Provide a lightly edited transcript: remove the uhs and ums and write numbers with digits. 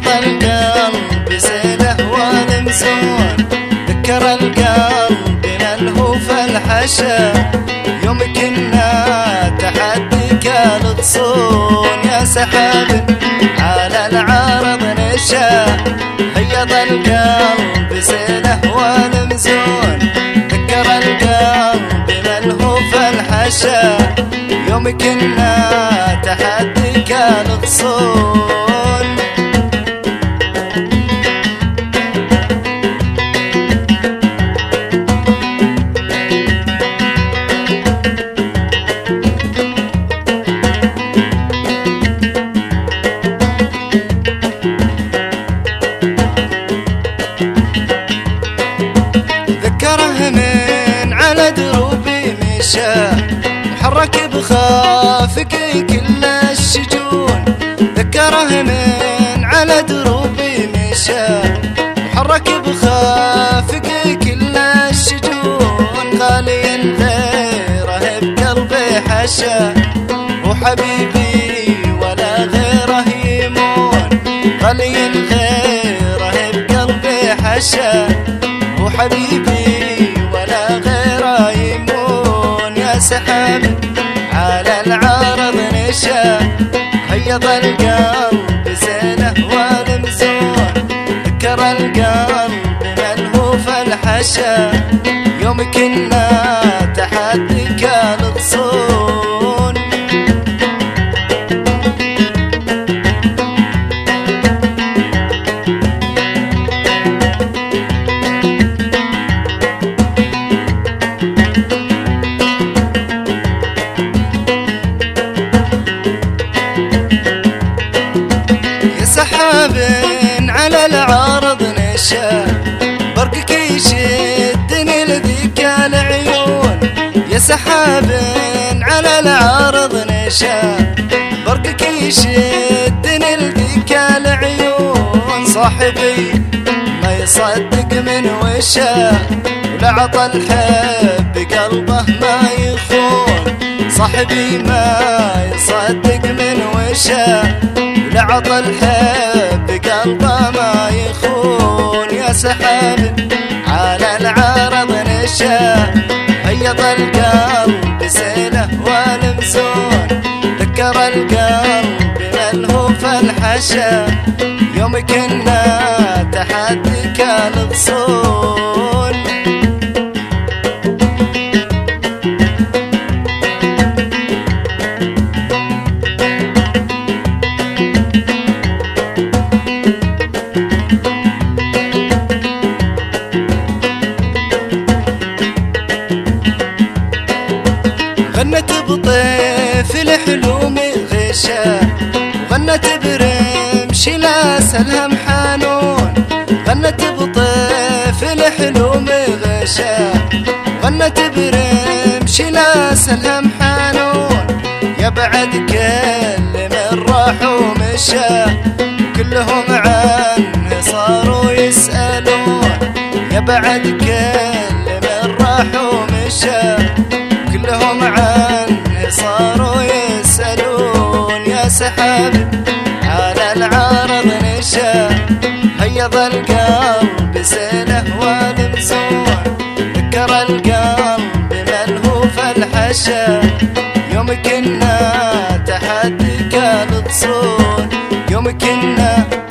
هيض القلب زينه والمزون، ذكر القلب ملهوف الحشا يوم كنا تحديك الغصون. يا سحاب على العارض نشا، هيض القلب زينه والمزون، ذكر القلب ملهوف الحشا يوم كنا تحديك الغصون. ذكره من على دروبي مشى، محرك بخافقي كل الشجون، ذكره من على دروبي مشى، محرك بخافقي كل الشجون. غالي غيره بقلبي حشا وحبيبي ولا غيره يمون، غالي غيره بقلبي حشا وحبيبي ولا غيره يمون. يا سحاب على العارض نشا، هيض القلب زينه والمزون، ذكر القلب ملهوف الحشا يوم كنا تحديك الغصون. سحاب على العارض نشا، برقك يشدني لذيك العيون. يا سحاب على العارض نشا، برقك يشدني لذيك العيون. صاحبي ما يصدق من وشا، ولا عطى الحب قلبه ما يخون. صاحبي ما يصدق من وشا، لعط الحب قلبه ما يخون. يا سحاب على العارض نشا، هيض القلب زينه والمزون، ذكر القلب ملهوف الحشا يوم كنا تحديك الغصون. غنت بطيف الحلوم غشا، وغنت برمش لا سلهم حانون، غنت بطيف الحلوم غشا، غنت برمش لا سلهم حانون. يا بعد كل من راح ومشى، كلهم عنه صاروا يسألون. يا بعد كل من راح ومشى، كلهم عنه صاروا يسألون. يا سحاب على العارض نشا، هيض القلب زينه والمزون، ذكر القلب ملهوف الحشا يوم كنا تحديك الغصون. يوم كنا